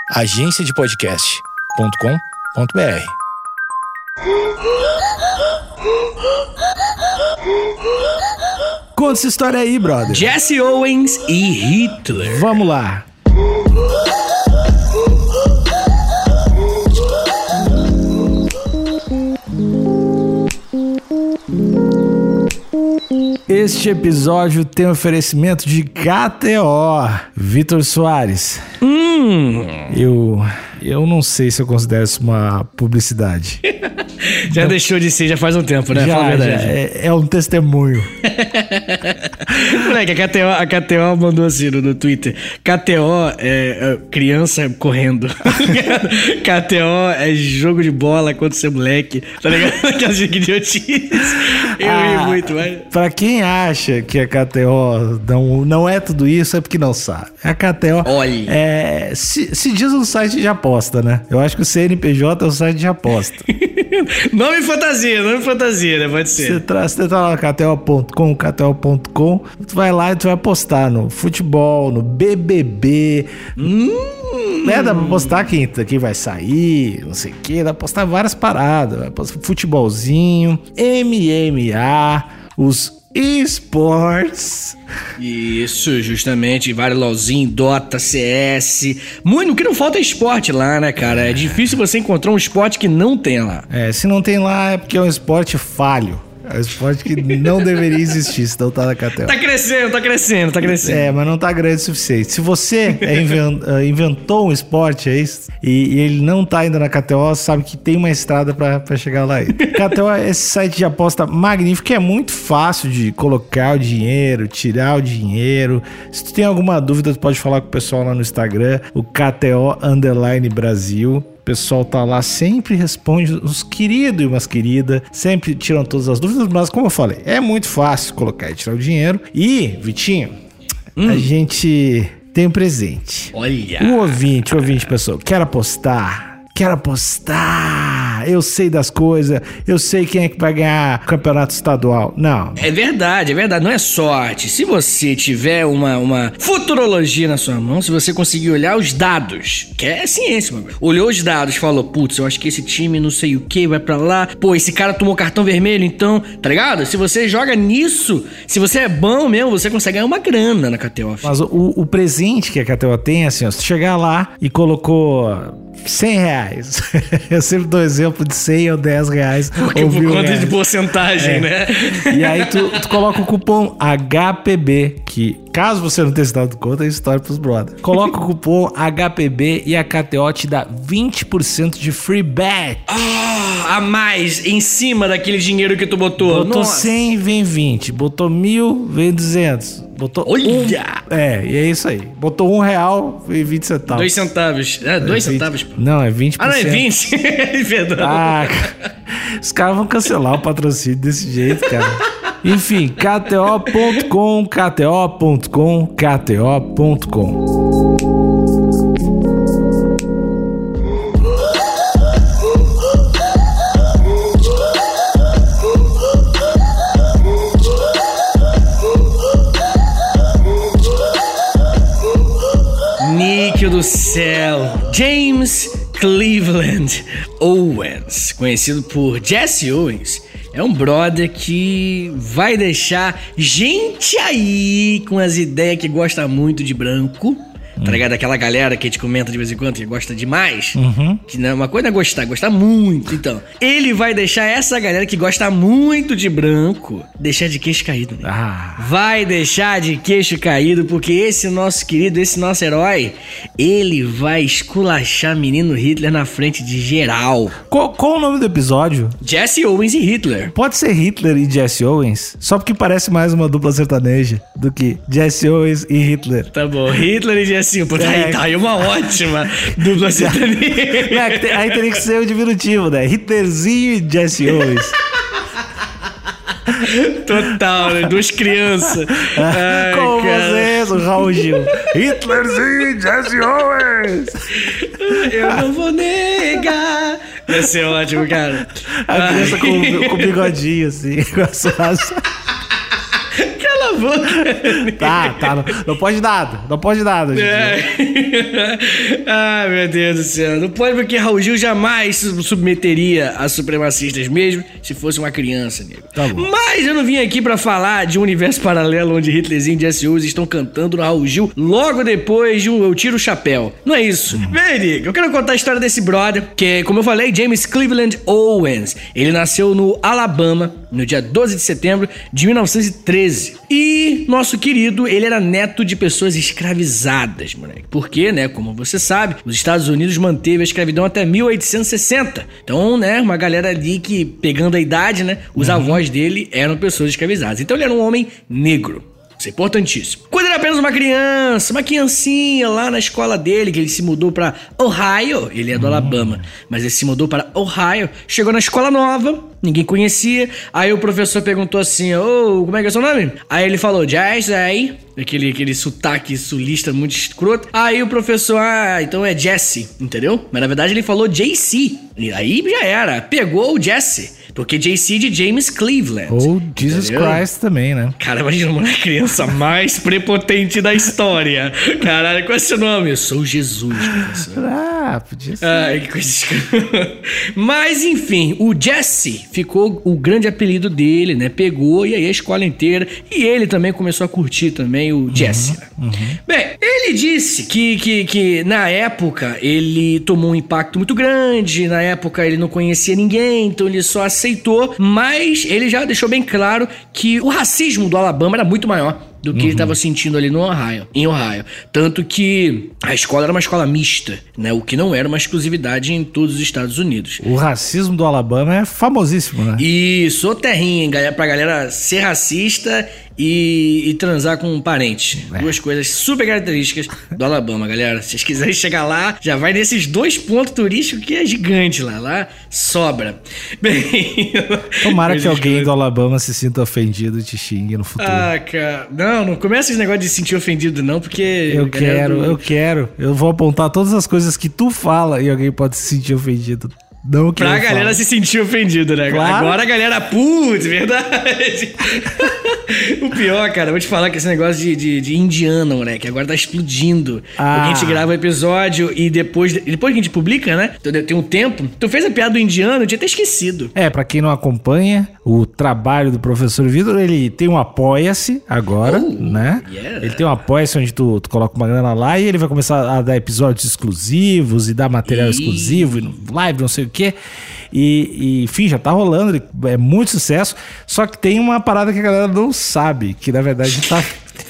agenciadepodcast.com.br. Conta essa história aí, brother. Jesse Owens e Hitler. Vamos lá. Este episódio tem oferecimento de KTO. Vitor Soares. Eu não sei se eu considero isso uma publicidade. Já então, deixou de ser, já faz um tempo, né? Fala a verdade. É um testemunho. Moleque, a KTO mandou assim no Twitter. KTO é criança correndo. KTO é jogo de bola quando você é moleque. Tá ligado? Aquelas idiotices. Eu ri muito, mas... Pra quem acha que a KTO não é tudo isso, é porque não sabe. A KTO... Olha... se diz um site de aposta, né? Eu acho que o CNPJ é um site de aposta. Nome fantasia, né? Pode ser. Você tá lá no KTO.com, tu vai lá e tu vai apostar no futebol, no BBB. Dá pra apostar quem vai sair, não sei o que, dá pra apostar várias paradas. Vai apostar futebolzinho, MMA, os esportes. Isso, justamente. Vários LOLzinho, Dota, CS. Muito, o que não falta é esporte lá, né, cara? É difícil você encontrar um esporte que não tem lá. Se não tem lá é porque é um esporte falho. É um esporte que não deveria existir, senão tá na KTO. Tá crescendo. Mas não tá grande o suficiente. Se você inventou um esporte e ele não tá ainda na KTO, sabe que tem uma estrada pra chegar lá aí. KTO é esse site de aposta magnífico, que é muito fácil de colocar o dinheiro, tirar o dinheiro. Se tu tem alguma dúvida, tu pode falar com o pessoal lá no Instagram, o KTO_Brasil. O pessoal tá lá, sempre responde, os queridos e umas queridas, sempre tiram todas as dúvidas, mas como eu falei, é muito fácil colocar e tirar o dinheiro. E, Vitinho, a gente tem um presente. Olha! O ouvinte, pessoal, quer apostar, eu sei das coisas, eu sei quem é que vai ganhar o campeonato estadual. Não. É verdade, não é sorte. Se você tiver uma futurologia na sua mão, se você conseguir olhar os dados, que é ciência, mano. Olhou os dados e falou, putz, eu acho que esse time não sei o que, vai pra lá. Pô, esse cara tomou cartão vermelho, então, tá ligado? Se você joga nisso, se você é bom mesmo, você consegue ganhar uma grana na KTO. Mas o presente que a KTO tem é assim, ó, se chegar lá e colocou R$100. Eu sempre dou exemplo de 100 ou 10 reais. Porque ou por conta reais. de porcentagem, né? E aí tu coloca o cupom HPB, que caso você não tenha se dado conta, é história pros brothers. Coloca o cupom HPB e a KTO te dá 20% de free bet. A mais em cima daquele dinheiro que tu botou. Botou 100, vem 20. Botou 1.000, vem 200. Botou Olha! E é isso aí. Botou R$1 e 20 centavos. 2 centavos. 2 centavos, pô. Não, é 20%. Não é 20? Perdão. Os caras vão cancelar o patrocínio desse jeito, cara. Enfim, KTO.com. Níquel do céu, James Cleveland Owens, conhecido por Jesse Owens, é um brother que vai deixar gente aí com as ideias que gosta muito de branco. Tá ligado? Aquela galera que a gente comenta de vez em quando que gosta demais. Que não é uma coisa, é gostar muito. Então, ele vai deixar essa galera que gosta muito de branco deixar de queixo caído, né? Vai deixar de queixo caído, porque esse nosso querido, esse nosso herói, ele vai esculachar menino Hitler na frente de geral. Qual o nome do episódio? Jesse Owens e Hitler. Pode ser Hitler e Jesse Owens? Só porque parece mais uma dupla sertaneja do que Jesse Owens e Hitler. Tá bom, Hitler e Jesse. Tá aí uma ótima dupla sertaneja. Aí teria que ser o diminutivo, né? Hitlerzinho e Jesse Owens. Total, né? Duas crianças. Com vocês, o Raul Gil. Hitlerzinho e Jesse Owens. Eu não vou negar. Vai ser ótimo, cara. A criança com bigodinho, assim, com as suas... Cala a Tá. Não pode nada. Não pode nada, gente. Ai, meu Deus do céu. Não pode, porque Raul Gil jamais se submeteria a supremacistas mesmo se fosse uma criança, nego. Tá bom. Mas eu não vim aqui pra falar de um universo paralelo onde Hitlerzinho e Jesse Owens estão cantando no Raul Gil logo depois de Eu Tiro o Chapéu. Não é isso. Bem, nego, eu quero contar a história desse brother, que, como eu falei, James Cleveland Owens. Ele nasceu no Alabama no dia 12 de setembro de 1913. E nosso querido, ele era neto de pessoas escravizadas, moleque. Porque, né, como você sabe, os Estados Unidos manteve a escravidão até 1860. Então, né, uma galera ali que, pegando a idade, né, os avós dele eram pessoas escravizadas. Então ele era um homem negro. Isso é importantíssimo. Quando ele era apenas uma criancinha lá na escola dele, que ele se mudou pra Ohio, ele é do Alabama, mas ele se mudou para Ohio, chegou na escola nova, ninguém conhecia, aí o professor perguntou assim, como é que é o seu nome? Aí ele falou, Jesse, aquele sotaque sulista muito escroto. Aí o professor, então é Jesse, entendeu? Mas na verdade ele falou JC, e aí já era, pegou o Jesse. Porque JC de James Cleveland. Ou Jesus Christ também, né? Cara, imagina uma criança mais prepotente da história. Caralho, qual é o seu nome? Eu sou Jesus, professor. Podia ser. Ai, que coisa escrota. Mas, enfim, o Jesse ficou o grande apelido dele, né? Pegou, e aí a escola inteira. E ele também começou a curtir também o Jesse, né? Bem, ele disse que na época ele tomou um impacto muito grande. Na época ele não conhecia ninguém, então ele só aceitou, mas ele já deixou bem claro que o racismo do Alabama era muito maior do que ele estava sentindo ali em Ohio. Tanto que a escola era uma escola mista, né? O que não era uma exclusividade em todos os Estados Unidos. O racismo do Alabama é famosíssimo, né? Isso, terrinha, pra galera ser racista e transar com um parente. Duas coisas super características do Alabama, galera. Se vocês quiserem chegar lá, já vai nesses 2 pontos turísticos que é gigante lá. Lá sobra. Bem... Tomara que alguém do Alabama se sinta ofendido e te xingue no futuro. Cara... Não começa esse negócio de se sentir ofendido, não, porque... Eu quero. Eu vou apontar todas as coisas que tu fala e alguém pode se sentir ofendido. Não que pra galera se sentir ofendido, né? Claro. Agora a galera, putz, verdade. O pior, cara, eu vou te falar que esse negócio de indiano, né? Que agora tá explodindo. Porque a gente grava o episódio e depois que a gente publica, né? Então tem um tempo. Tu fez a piada do indiano, eu tinha até esquecido. Pra quem não acompanha o trabalho do professor Vitor, ele tem um Apoia-se agora, né? Yeah. Ele tem um Apoia-se onde tu coloca uma grana lá e ele vai começar a dar episódios exclusivos e dar material exclusivo e live, não sei o quê. E enfim, já tá rolando, é muito sucesso. Só que tem uma parada que a galera não sabe, que na verdade tá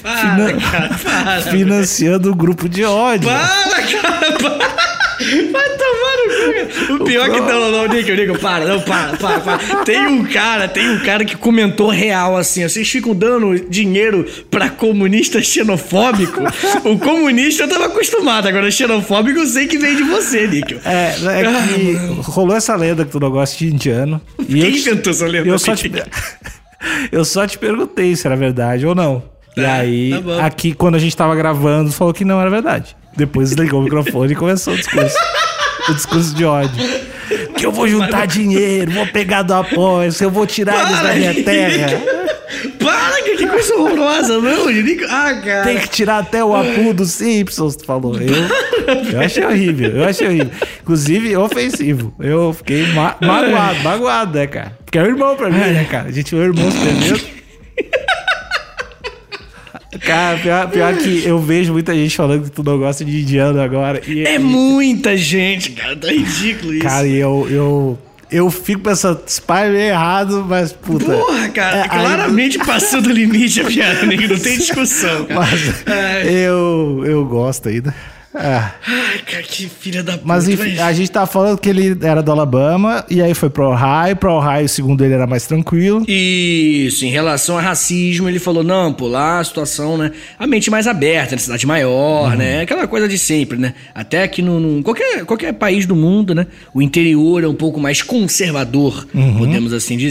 financiando o grupo de ódio. Para! Vai tomar no cu. O pior que não, Nico, para. Tem um cara que comentou real assim, vocês ficam dando dinheiro pra comunista xenofóbico? O comunista eu tava acostumado, agora xenofóbico eu sei que veio de você, Nico. Que rolou essa lenda que tu não gosta de indiano. Quem inventou essa lenda? Eu só te perguntei se era verdade ou não. E aí, aqui quando a gente tava gravando, falou que não era verdade. Depois desligou o microfone e começou o discurso. O discurso de ódio. Que eu vou juntar dinheiro, vou pegar do apoio, eu vou tirar eles da minha terra. Para, que coisa horrorosa, não, cara. Tem que tirar até o Apu dos Simpsons, tu falou. Eu achei horrível. Inclusive, ofensivo. Eu fiquei magoado, né, cara? Porque é um irmão pra mim, né, cara? A gente é um irmão, entendeu? Cara, pior que eu vejo muita gente falando que tu não gosta de indiano agora. Muita gente, cara. Tá ridículo isso. Cara, e eu fico pensando, esse pai é meio errado, mas puta... Porra, cara, claramente passou do limite a piada, não tem discussão, cara. Mas eu gosto ainda. Ai, cara, que filha da puta. Mas enfim, a gente tava falando que ele era do Alabama e aí foi pro Ohio. Pro Ohio, segundo ele, era mais tranquilo. Isso, em relação a racismo, ele falou, não, pô, lá a situação, né, a mente mais aberta, na cidade maior, né, aquela coisa de sempre, né, até aqui no qualquer país do mundo, né, o interior é um pouco mais conservador, podemos assim dizer.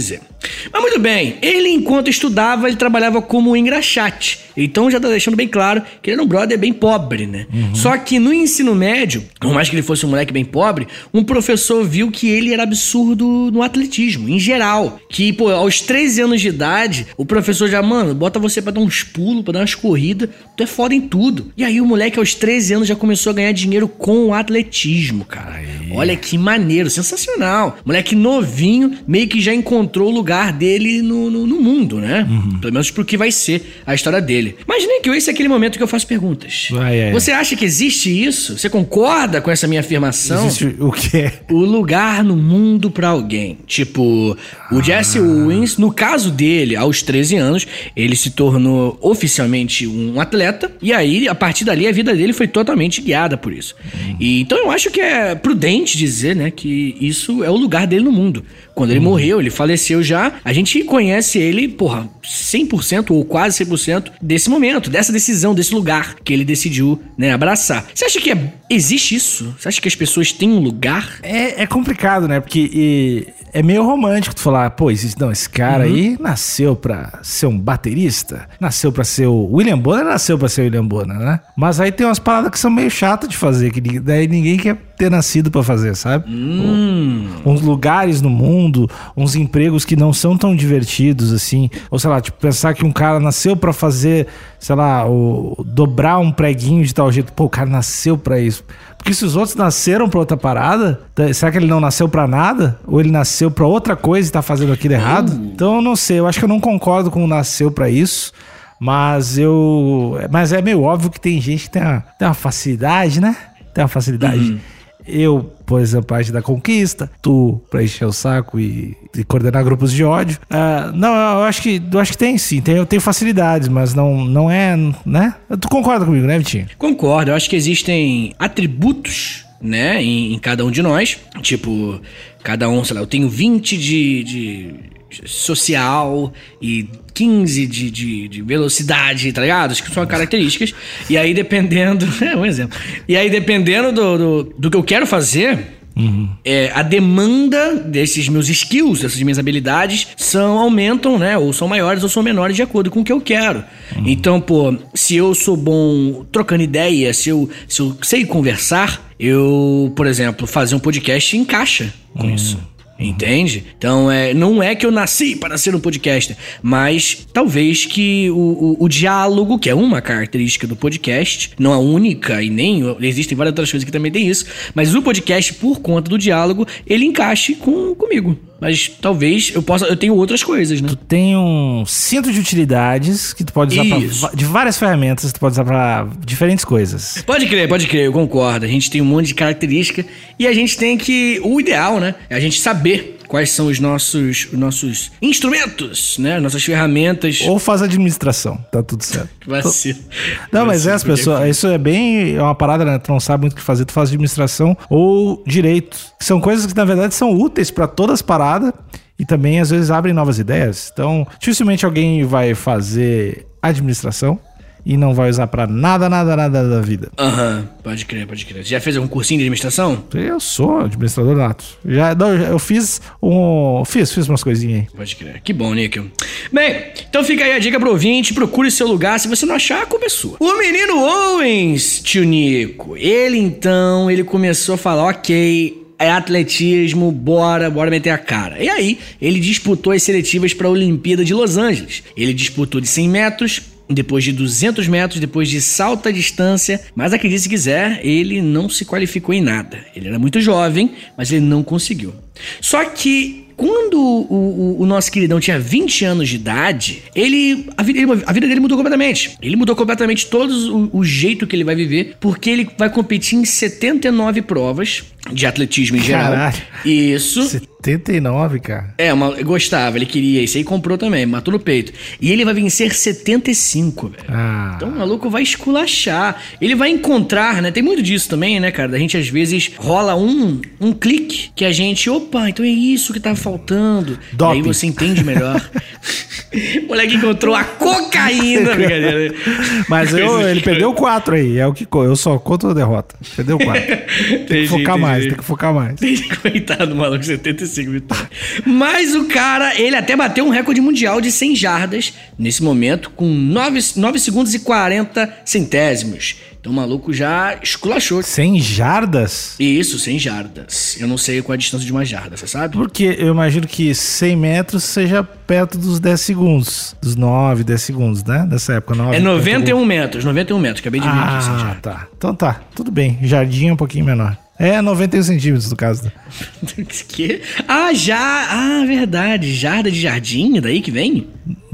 Mas muito bem, ele enquanto estudava, ele trabalhava como engraxate. Então já tá deixando bem claro que ele era um brother bem pobre, né? Só que no ensino médio, por mais que ele fosse um moleque bem pobre, um professor viu que ele era absurdo no atletismo, em geral. Que, pô, aos 13 anos de idade, o professor já, mano, bota você pra dar uns pulos, pra dar umas corridas, tu é foda em tudo. E aí o moleque aos 13 anos já começou a ganhar dinheiro com o atletismo, cara. Olha que maneiro, sensacional. Moleque novinho, meio que já encontrou o lugar dele no mundo, né? Pelo menos pro que vai ser a história dele. Mas nem que esse é aquele momento que eu faço perguntas. Você acha que existe isso? Você concorda com essa minha afirmação? Existe o quê? O lugar no mundo pra alguém. Tipo, o Jesse Owens, no caso dele, aos 13 anos, ele se tornou oficialmente um atleta. E aí, a partir dali, a vida dele foi totalmente guiada por isso. E, então eu acho que é prudente dizer, né, que isso é o lugar dele no mundo. Quando ele morreu, ele faleceu já, a gente conhece ele, porra, 100% ou quase 100% desse momento, dessa decisão, desse lugar que ele decidiu, né, abraçar. Você acha que existe isso? Você acha que as pessoas têm um lugar? É complicado, né? Porque é meio romântico tu falar, pô, esse cara aí nasceu pra ser um baterista, nasceu pra ser o William Bonner, nasceu pra ser o William Bonner, né? Mas aí tem umas paradas que são meio chatas de fazer, que daí ninguém quer ter nascido pra fazer, sabe? Uns lugares no mundo, uns empregos que não são tão divertidos assim, ou sei lá, tipo, pensar que um cara nasceu pra fazer, sei lá, dobrar um preguinho de tal jeito, pô, o cara nasceu pra isso. Porque se os outros nasceram pra outra parada, será que ele não nasceu pra nada? Ou ele nasceu pra outra coisa e tá fazendo aquilo errado? Então eu não sei, eu acho que eu não concordo com o nasceu pra isso. Mas é meio óbvio que tem gente que tem uma facilidade, né? Tem uma facilidade. Eu, por exemplo, parte da conquista, tu pra encher o saco e coordenar grupos de ódio. Não, eu acho que tem sim, eu tenho facilidades, mas não é, né? Tu concorda comigo, né, Vitinho? Concordo, eu acho que existem atributos, né, em cada um de nós. Tipo, cada um, sei lá, eu tenho 20 de social e 15 de velocidade, tá ligado? Acho que são características. E aí, dependendo... É um exemplo. E aí, dependendo do que eu quero fazer... a demanda desses meus skills, dessas minhas habilidades, aumentam, né? Ou são maiores ou são menores de acordo com o que eu quero. Então, pô, se eu sou bom trocando ideia, se eu sei conversar, eu, por exemplo, fazer um podcast encaixa com isso. Entende? Então, não é que eu nasci para ser um podcaster, mas talvez que o diálogo, que é uma característica do podcast, não a única e nem... Existem várias outras coisas que também tem isso, mas o podcast, por conta do diálogo, ele encaixe comigo. Mas talvez eu tenho outras coisas, né? Tu tem um cinto de utilidades que tu pode usar de várias ferramentas, tu pode usar pra diferentes coisas. Pode crer, eu concordo. A gente tem um monte de característica e a gente tem que... O ideal, né? É a gente saber quais são os nossos instrumentos, né? Nossas ferramentas. Ou faz administração, tá tudo certo. Vacilo. Não, mas as pessoas... Isso é uma parada, né? Tu não sabe muito o que fazer, tu faz administração ou direito. São coisas que, na verdade, são úteis pra todas as paradas e também, às vezes, abrem novas ideias. Então, dificilmente alguém vai fazer administração e não vai usar pra nada da vida. Pode crer. Você já fez algum cursinho de administração? Eu sou administrador nato. Eu fiz umas coisinhas aí. Pode crer. Que bom, Níquel. Bem, então fica aí a dica pro ouvinte, procure seu lugar. Se você não achar, a culpa é sua. O menino Owens, tio Nico, ele começou a falar, ok... É atletismo, bora meter a cara. E aí, ele disputou as seletivas para a Olimpíada de Los Angeles. Ele disputou de 100 metros, depois de 200 metros, depois de salto à distância. Mas acredite se quiser, ele não se qualificou em nada. Ele era muito jovem, mas ele não conseguiu. Só que... Quando o nosso queridão tinha 20 anos de idade, a vida dele mudou completamente. Ele mudou completamente todo o jeito que ele vai viver, porque ele vai competir em 79 provas de atletismo em geral. Caralho. Isso. 79, cara. Gostava, ele queria isso aí, comprou também, matou no peito. E ele vai vencer 75, velho. Então o maluco vai esculachar. Ele vai encontrar, né? Tem muito disso também, né, cara? Da gente às vezes rola um clique que a gente, opa, então é isso que tá faltando. Doping. E aí você entende melhor. O moleque encontrou a cocaína, brincadeira. Mas ele perdeu 4 aí, é o que eu só conto a derrota. Perdeu 4. Tem que focar mais. Coitado, maluco, 75. 5 vitórias. Mas o cara, ele até bateu um recorde mundial de 100 jardas nesse momento, com 9 segundos e 40 centésimos. Então o maluco já esculachou. 100 jardas? Isso, 100 jardas. Eu não sei qual é a distância de uma jarda, você sabe? Porque eu imagino que 100 metros seja perto dos 10 segundos. Dos 9, 10 segundos, né? Nessa época. 9, é 91 metros, 91 metros. Acabei de ver aqui. Ah, tá. Então tá, tudo bem. Jardim é um pouquinho menor. É 91 centímetros no caso. Que? Verdade. Jarda de jardim, daí que vem?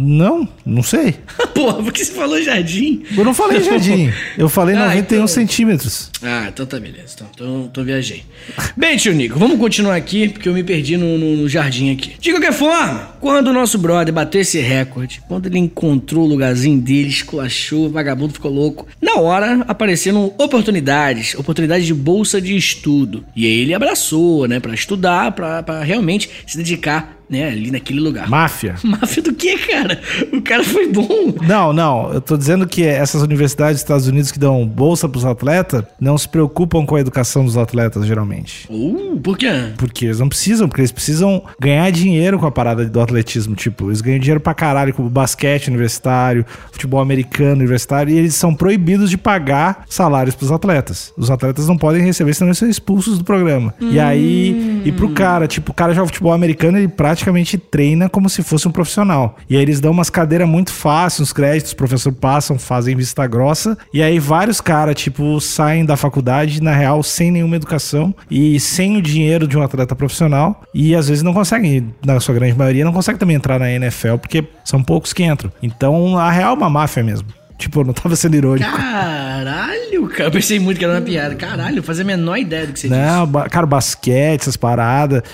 Não sei. Porra, por que você falou jardim? Eu não falei jardim. Eu falei 91 centímetros. Ah, então tá beleza. Então viajei. Bem, tio Nico, vamos continuar aqui, porque eu me perdi no jardim aqui. De qualquer forma, quando o nosso brother bateu esse recorde, quando ele encontrou o lugarzinho dele, esculachou, o vagabundo ficou louco, na hora apareceram oportunidades de bolsa de estudo. E aí ele abraçou, né, pra estudar, pra realmente se dedicar, né, ali naquele lugar. Máfia. Máfia do quê, cara? O cara foi bom. Não. Eu tô dizendo que essas universidades dos Estados Unidos que dão bolsa pros atletas não se preocupam com a educação dos atletas, geralmente. Por quê? Porque eles não precisam, porque eles precisam ganhar dinheiro com a parada do atletismo. Tipo, eles ganham dinheiro pra caralho com o basquete universitário, futebol americano universitário, e eles são proibidos de pagar salários pros atletas. Os atletas não podem receber, senão eles são expulsos do programa. E aí, e pro cara, tipo, o cara joga futebol americano, ele praticamente treina como se fosse um profissional. E aí eles dão umas cadeiras muito fáceis, uns créditos, os professores passam, fazem vista grossa, e aí vários caras, tipo, saem da faculdade, na real, sem nenhuma educação e sem o dinheiro de um atleta profissional, e às vezes não conseguem, na sua grande maioria, não conseguem também entrar na NFL, porque são poucos que entram. Então, a real é uma máfia mesmo. Tipo, eu não tava sendo irônico. Caralho, cara. Eu pensei muito que era uma piada. Caralho, eu fazia a menor ideia do que você disse. Não, cara, basquete, essas paradas.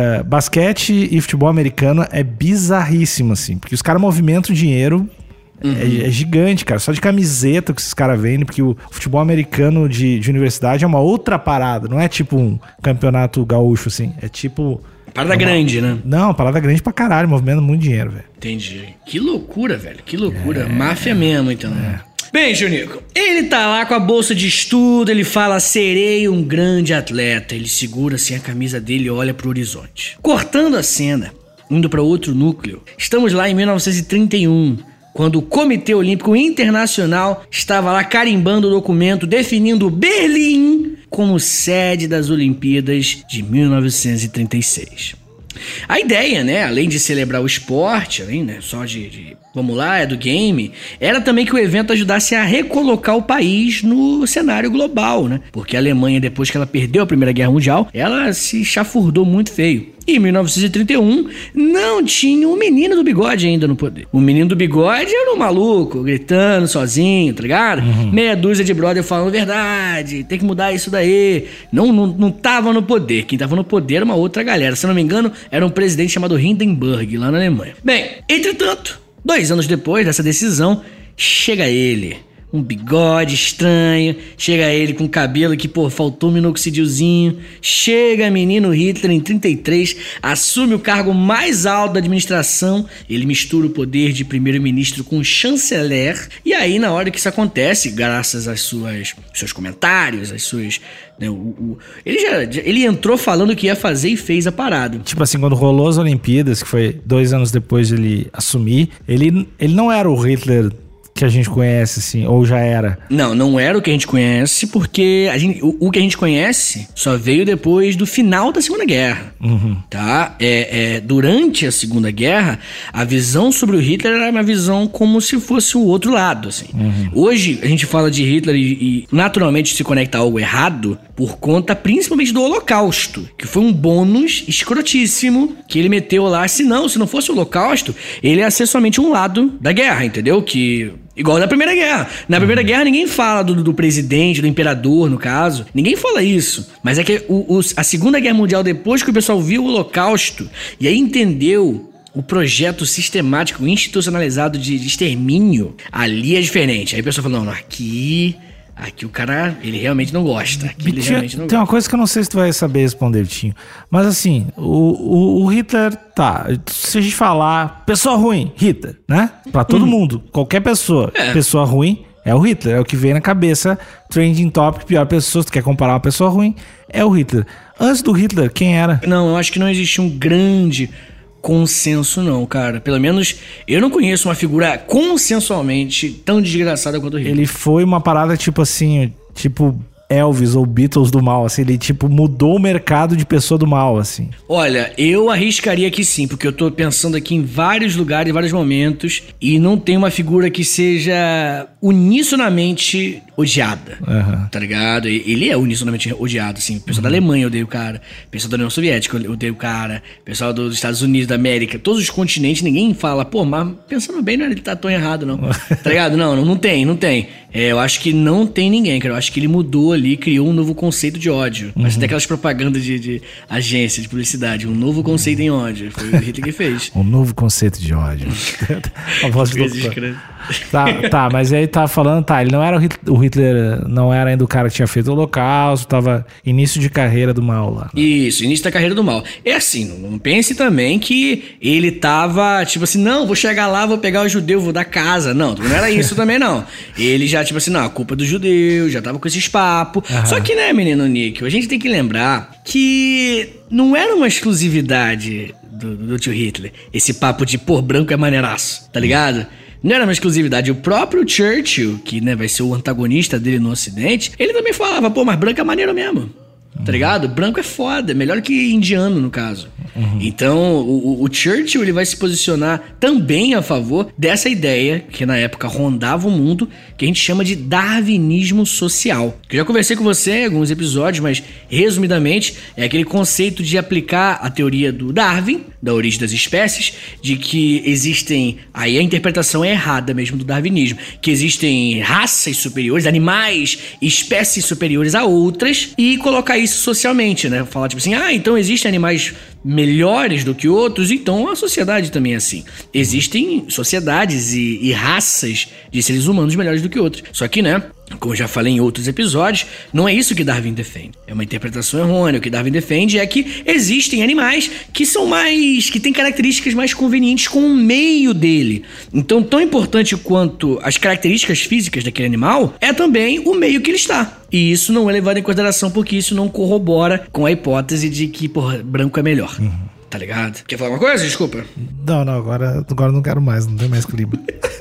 Basquete e futebol americano é bizarríssimo, assim. Porque os caras movimentam dinheiro. É gigante, cara. Só de camiseta que esses caras vendem, porque o futebol americano de universidade é uma outra parada. Não é tipo um campeonato gaúcho, assim. É tipo... Parada grande, né? Não, parada grande pra caralho, movimenta muito dinheiro, velho. Entendi. Que loucura, velho. Que loucura. Máfia mesmo, então. Bem, Junico, ele tá lá com a bolsa de estudo, ele fala, serei um grande atleta. Ele segura assim a camisa dele e olha pro horizonte. Cortando a cena, indo pra outro núcleo, estamos lá em 1931, quando o Comitê Olímpico Internacional estava lá carimbando o documento definindo Berlim como sede das Olimpíadas de 1936. A ideia, né, além de celebrar o esporte, além, né, só vamos lá, é do game, era também que o evento ajudasse a recolocar o país no cenário global, né? Porque a Alemanha, depois que ela perdeu a Primeira Guerra Mundial, ela se chafurdou muito feio. E em 1931, não tinha o menino do bigode ainda no poder. O menino do bigode era um maluco, gritando sozinho, tá ligado? Meia dúzia de brother falando verdade, tem que mudar isso daí. Não tava no poder. Quem tava no poder era uma outra galera. Se eu não me engano, era um presidente chamado Hindenburg, lá na Alemanha. Bem, entretanto, 2 anos depois dessa decisão, chega ele. Um bigode estranho, chega ele com cabelo que, faltou um minoxidilzinho. Chega menino Hitler em 33, assume o cargo mais alto da administração. Ele mistura o poder de primeiro-ministro com chanceler. E aí, na hora que isso acontece, graças aos seus comentários, às suas... Né, ele entrou falando o que ia fazer e fez a parada. Tipo assim, quando rolou as Olimpíadas, que foi 2 anos depois de ele assumir, ele não era o Hitler que a gente conhece, assim, ou já era? Não era o que a gente conhece, porque o que a gente conhece só veio depois do final da Segunda Guerra, tá? Durante a Segunda Guerra, a visão sobre o Hitler era uma visão como se fosse o outro lado, assim. Hoje, a gente fala de Hitler e naturalmente se conecta a algo errado por conta principalmente do Holocausto, que foi um bônus escrotíssimo que ele meteu lá. Se não fosse o Holocausto, ele ia ser somente um lado da guerra, entendeu? Igual na Primeira Guerra. Na Primeira Guerra ninguém fala do presidente, do imperador, no caso. Ninguém fala isso. Mas é que a Segunda Guerra Mundial, depois que o pessoal viu o Holocausto e aí entendeu o projeto sistemático, institucionalizado de extermínio, ali é diferente. Aí o pessoal fala, não, aqui o cara, ele realmente não gosta. Tem uma coisa que eu não sei se tu vai saber responder, Vitinho. Mas assim, o Hitler, tá, se a gente falar pessoa ruim, Hitler, né? Pra todo mundo, qualquer pessoa, pessoa ruim, É o Hitler, é o que vem na cabeça. Trending topic, pior pessoa, se tu quer comparar uma pessoa ruim, é o Hitler. Antes do Hitler, quem era? Não, eu acho que não existe um grande consenso não, cara. Pelo menos eu não conheço uma figura consensualmente tão desgraçada quanto o Hitler. Ele foi uma parada tipo assim, tipo Elvis ou Beatles do mal, assim, ele tipo mudou o mercado de pessoa do mal, assim. Olha, eu arriscaria que sim, porque eu tô pensando aqui em vários lugares, em vários momentos, e não tem uma figura que seja unisonamente odiada, tá ligado? Ele é unisonamente odiado, assim. O pessoal da Alemanha odeia o cara, o pessoal da União Soviética odeia o cara, o pessoal dos Estados Unidos, da América, todos os continentes, ninguém fala, pô, mas pensando bem, não ele tá tão errado, não. Tá ligado? Não tem. Eu acho que não tem ninguém, cara. Eu acho que ele mudou ali, criou um novo conceito de ódio. Mas tem aquelas propagandas de agência, de publicidade. Um novo conceito em ódio. Foi o Hitler que fez. Um novo conceito de ódio. A voz do doutor. Tá, mas aí tá falando, ele não era o Hitler, não era ainda o cara que tinha feito o Holocausto, tava início de carreira do mal lá. Isso, início da carreira do mal. É assim, não pense também que ele tava, tipo assim, não, vou chegar lá, vou pegar o judeu, vou dar casa. Não era isso também, não. Ele já, tipo assim, não, a culpa é do judeu, já tava com esses papos. Só que, né, menino Níquel, a gente tem que lembrar que não era uma exclusividade do tio Hitler, esse papo de, pô, branco é maneiraço, tá ligado? Não era uma exclusividade. O próprio Churchill, que, né, vai ser o antagonista dele no Ocidente, ele também falava, pô, mas branco é maneiro mesmo. Tá ligado? Branco é foda, melhor que indiano, no caso. Então, o Churchill, ele vai se posicionar também a favor dessa ideia, que na época rondava o mundo, que a gente chama de darwinismo social. Eu já conversei com você em alguns episódios, mas, resumidamente, é aquele conceito de aplicar a teoria do Darwin, da origem das espécies, de que existem, aí a interpretação é errada mesmo do darwinismo, que existem raças superiores, animais, espécies superiores a outras, e colocar isso socialmente, né? Falar tipo assim, então existem animais melhores do que outros, então a sociedade também é assim. Existem sociedades e raças de seres humanos melhores do que outros. Só que, né, como eu já falei em outros episódios, não é isso que Darwin defende. É uma interpretação errônea. O que Darwin defende é que existem animais que são que têm características mais convenientes com o meio dele. Então, tão importante quanto as características físicas daquele animal é também o meio que ele está. E isso não é levado em consideração porque isso não corrobora com a hipótese de que, porra, branco é melhor. Tá ligado? Quer falar uma coisa? Desculpa. Não, agora não quero mais, não tem mais clima.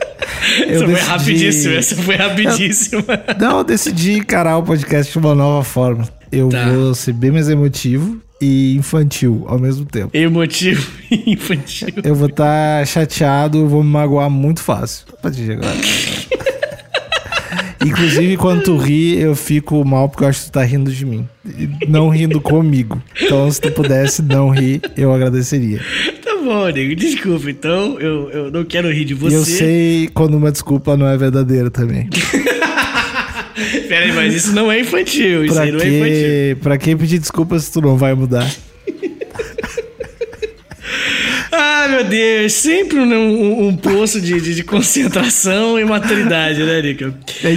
Essa foi rapidíssima. Eu decidi encarar o podcast de uma nova forma. Eu vou ser bem mais emotivo e infantil ao mesmo tempo. Emotivo e infantil. Eu vou estar chateado, vou me magoar muito fácil. Pode ir agora. Inclusive, quando tu ri, eu fico mal porque eu acho que tu tá rindo de mim. Não rindo comigo. Então, se tu pudesse não rir, eu agradeceria. Tá bom, nego. Desculpa. Então, eu não quero rir de você. E eu sei quando uma desculpa não é verdadeira também. Pera aí, mas isso não é infantil. Isso aí não é infantil. Pra que pedir desculpa se tu não vai mudar? Ah, meu Deus, sempre um poço de concentração e maturidade, né, Nico?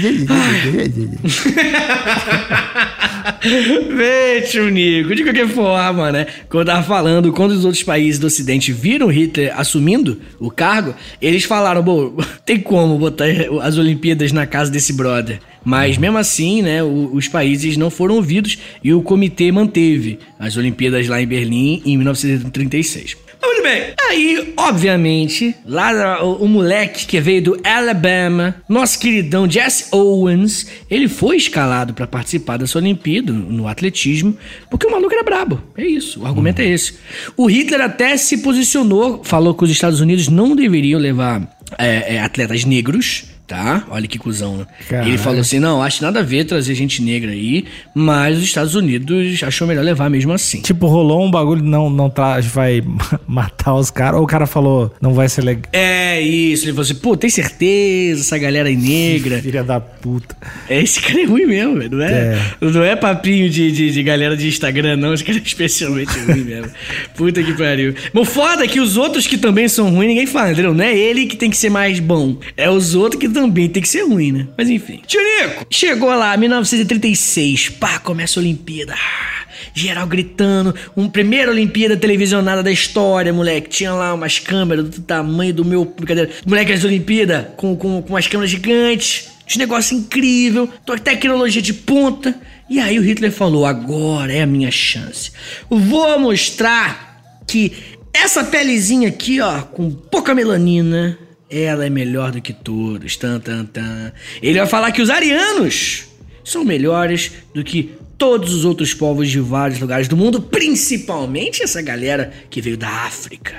Vê, tio Nico, de qualquer forma, né? Como eu tava falando, quando os outros países do Ocidente viram Hitler assumindo o cargo, eles falaram, bom, tem como botar as Olimpíadas na casa desse brother. Mas mesmo assim, né, os países não foram ouvidos e o comitê manteve as Olimpíadas lá em Berlim em 1936. Muito bem, aí, obviamente, lá o moleque que veio do Alabama, nosso queridão Jesse Owens, ele foi escalado pra participar dessa Olimpíada no atletismo, porque o maluco era brabo, é isso, o argumento é esse. O Hitler até se posicionou, falou que os Estados Unidos não deveriam levar atletas negros, tá? Olha que cuzão, né? Caralho. Ele falou assim, não, acho nada a ver trazer gente negra aí, mas os Estados Unidos achou melhor levar mesmo assim. Tipo, rolou um bagulho, não tá, vai matar os caras, ou o cara falou, não vai ser legal. É isso, ele falou assim, pô, tem certeza, essa galera aí negra. Filha da puta. Esse cara é ruim mesmo, velho, não é papinho de galera de Instagram, não, esse cara é especialmente ruim mesmo. Puta que pariu. Mas o foda é que os outros que também são ruins, ninguém fala, entendeu? Não é ele que tem que ser mais bom, é os outros que também tem que ser ruim, né? Mas enfim. Tio Nico, chegou lá, 1936, pá, começa a Olimpíada. Geral gritando, primeira Olimpíada televisionada da história, moleque. Tinha lá umas câmeras do tamanho do meu... Brincadeira. Moleque, as Olimpíadas com umas câmeras gigantes. os negócios incríveis, tecnologia de ponta. E aí o Hitler falou, agora é a minha chance. Vou mostrar que essa pelezinha aqui, ó, com pouca melanina, ela é melhor do que todos. Ele vai falar que os arianos são melhores do que todos os outros povos de vários lugares do mundo, principalmente essa galera que veio da África.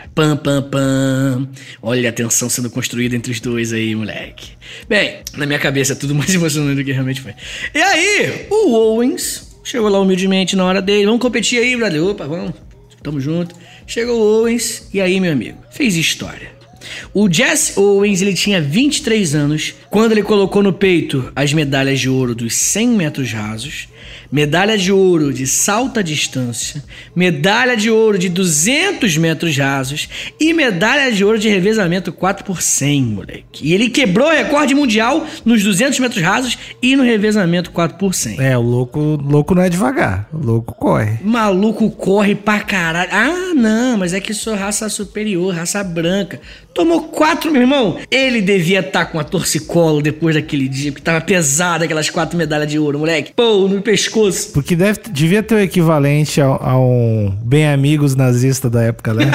Olha a tensão sendo construída entre os dois aí, moleque. Bem, na minha cabeça é tudo mais emocionante do que realmente foi. E aí, o Owens chegou lá humildemente na hora dele. Vamos competir aí, brother. Opa, vamos. Tamo junto. Chegou o Owens e aí, meu amigo, fez história. O Jesse Owens, ele tinha 23 anos quando ele colocou no peito as medalhas de ouro dos 100 metros rasos, medalha de ouro de salto à distância, medalha de ouro de 200 metros rasos e medalha de ouro de revezamento 4x100, moleque. E ele quebrou o recorde mundial nos 200 metros rasos e no revezamento 4x100. É, o louco não é devagar, o louco corre. Maluco corre pra caralho. Ah, não, mas é que sou raça superior, raça branca. Tomou 4, meu irmão. Ele devia estar com a torcicolo depois daquele dia, porque tava pesado aquelas 4 medalhas de ouro, moleque. Pô, no pescoço. Porque devia ter o equivalente a um bem amigos nazista da época, né?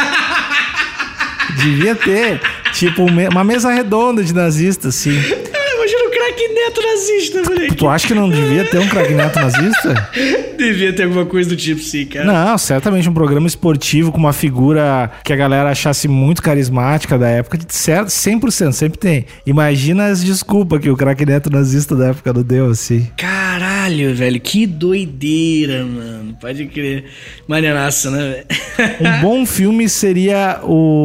Devia ter, tipo, uma mesa redonda de nazista, assim. Imagina um craque neto nazista, moleque. Tu acha que não devia ter um craque neto nazista? Devia ter alguma coisa do tipo, sim, cara. Não, certamente um programa esportivo com uma figura que a galera achasse muito carismática da época, certo, 100%, sempre tem. Imagina as desculpas que o craque neto nazista da época não deu, assim. Caralho, velho, que doideira, mano. Pode crer. Maneiraça, né, velho? Um bom filme seria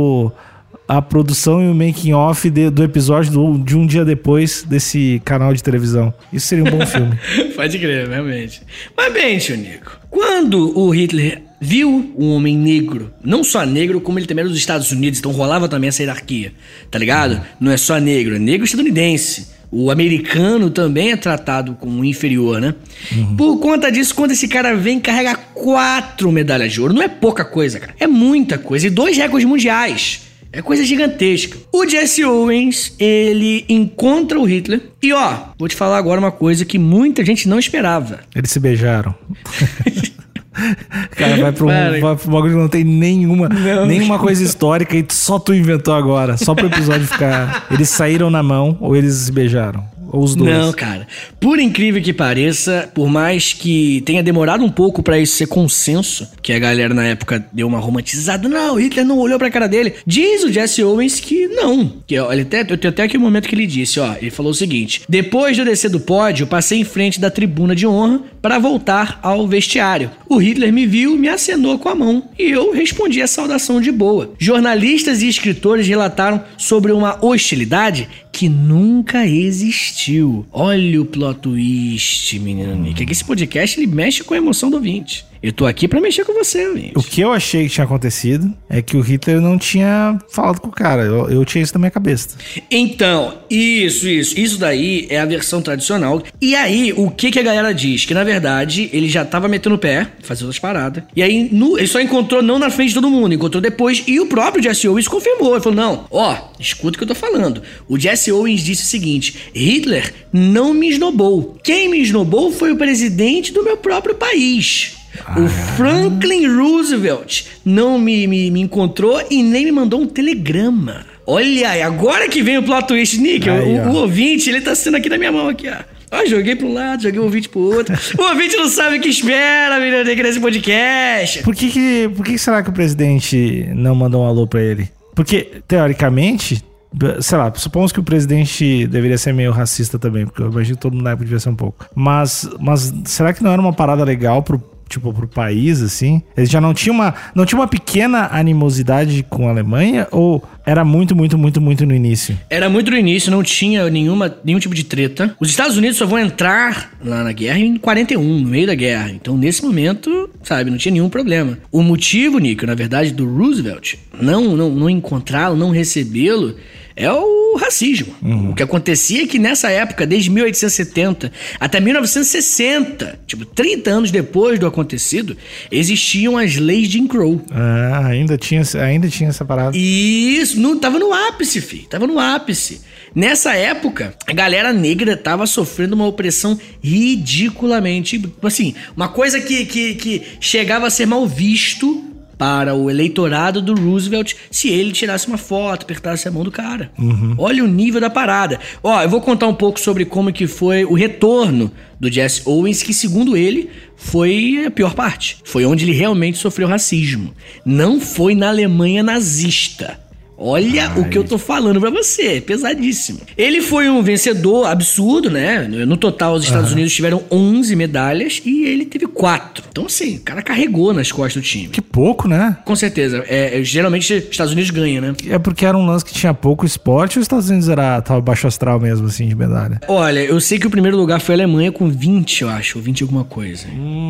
a produção e o making-off do episódio de um dia depois desse canal de televisão. Isso seria um bom filme. Pode crer, realmente. Mas bem, tio Nico, quando o Hitler viu um homem negro, não só negro, como ele também era dos Estados Unidos, então rolava também essa hierarquia, tá ligado? Não é só negro, é negro estadunidense. O americano também é tratado como inferior, né? Uhum. Por conta disso, quando esse cara vem, carrega 4 medalhas de ouro. Não é pouca coisa, cara. É muita coisa. E 2 recordes mundiais. É coisa gigantesca. O Jesse Owens, ele encontra o Hitler. E ó, vou te falar agora uma coisa que muita gente não esperava. Eles se beijaram. Cara, vai pro bagulho que não tem nenhuma coisa histórica e só tu inventou agora. Só pro episódio ficar... Eles saíram na mão ou eles se beijaram? Ou os dois? Não, cara. Por incrível que pareça, por mais que tenha demorado um pouco pra isso ser consenso, que a galera na época deu uma romantizada, não, Hitler não olhou pra cara dele. Diz o Jesse Owens que não. Que, olha, eu tenho até aqui o momento que ele disse, ó. Ele falou o seguinte: depois de eu descer do pódio, passei em frente da tribuna de honra para voltar ao vestiário. O Hitler me viu, me acenou com a mão e eu respondi a saudação de boa. Jornalistas e escritores relataram sobre uma hostilidade que nunca existiu. Olha o plot twist, menino Nick. É que esse podcast ele mexe com a emoção do ouvinte. Eu tô aqui pra mexer com você, ouvinte. O que eu achei que tinha acontecido é que o Hitler não tinha falado com o cara. Eu tinha isso na minha cabeça. Então, isso daí é a versão tradicional. E aí, o que a galera diz? Que na verdade, ele já tava metendo o pé, fazendo as paradas. E aí, ele só encontrou não na frente de todo mundo, encontrou depois. E o próprio Jesse Owens confirmou. Ele falou, não, ó, escuta o que eu tô falando. O Jesse Owens disse o seguinte: Hitler não me esnobou. Quem me esnobou foi o presidente do meu próprio país. O Franklin Roosevelt não me encontrou e nem me mandou um telegrama. Olha aí, agora que vem o plot twist, Nick. O ouvinte, ele tá sendo aqui na minha mão, aqui, ó. Ó, joguei pra um lado, joguei o ouvinte pro outro. O ouvinte não sabe o que espera, menino, nesse podcast. Por que será que o presidente não mandou um alô pra ele? Porque, teoricamente, sei lá, supomos que o presidente deveria ser meio racista também, porque eu imagino que todo mundo na época devia ser um pouco. Mas será que não era uma parada legal pro país, assim? Ele já não tinha uma pequena animosidade com a Alemanha? Ou era muito no início? Era muito no início, não tinha nenhum tipo de treta. Os Estados Unidos só vão entrar lá na guerra em 41, no meio da guerra. Então, nesse momento, sabe, não tinha nenhum problema. O motivo, Nico, na verdade, do Roosevelt não encontrá-lo, não recebê-lo, é o o racismo. O que acontecia é que nessa época, desde 1870 até 1960, tipo 30 anos depois do acontecido, existiam as leis de Jim Crow. Ah, ainda tinha essa parada. Isso, tava no ápice, filho. Tava no ápice. Nessa época, a galera negra tava sofrendo uma opressão ridiculamente... Assim, uma coisa que chegava a ser mal visto para o eleitorado do Roosevelt se ele tirasse uma foto, apertasse a mão do cara. Olha o nível da parada. Eu vou contar um pouco sobre como que foi o retorno do Jesse Owens, que segundo ele, foi a pior parte. Foi onde ele realmente sofreu racismo. Não foi na Alemanha nazista. Olha o que eu tô falando pra você, pesadíssimo. Ele foi um vencedor absurdo, né? No total, os Estados Unidos tiveram 11 medalhas e ele teve 4. Então, assim, o cara carregou nas costas do time. Que pouco, né? Com certeza. Geralmente, os Estados Unidos ganham, né? É porque era um lance que tinha pouco esporte ou os Estados Unidos tava baixo astral mesmo, assim, de medalha? Olha, eu sei que o primeiro lugar foi a Alemanha com 20, eu acho, ou 20 alguma coisa.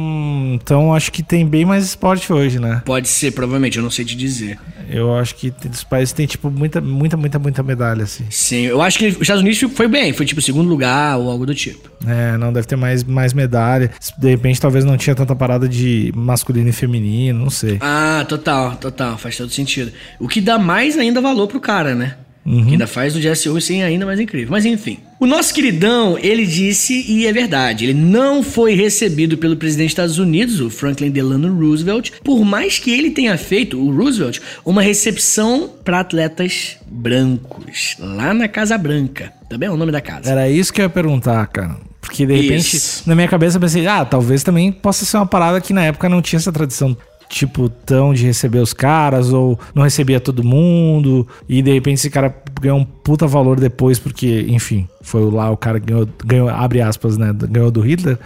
Então acho que tem bem mais esporte hoje, né? Pode ser, provavelmente, eu não sei te dizer. Eu acho que os países têm, tipo, muita medalha, assim. Sim, eu acho que os Estados Unidos foi bem, foi tipo segundo lugar ou algo do tipo. Não deve ter mais medalha. De repente, talvez não tinha tanta parada de masculino e feminino, não sei. Ah, total, faz todo sentido. O que dá mais ainda valor pro cara, né? Que ainda faz o Jesse Owens ser ainda mais incrível. Mas enfim, o nosso queridão, ele disse, e é verdade, ele não foi recebido pelo presidente dos Estados Unidos, o Franklin Delano Roosevelt, por mais que ele tenha feito, o Roosevelt, uma recepção para atletas brancos, lá na Casa Branca. Também é o nome da casa. Era isso que eu ia perguntar, cara. Porque de repente, na minha cabeça eu pensei, talvez também possa ser uma parada que na época não tinha essa tradição, tipo, tão de receber os caras, ou não recebia todo mundo, e de repente esse cara ganhou um puta valor depois, porque, enfim, foi lá o cara ganhou, abre aspas, né, ganhou do Hitler,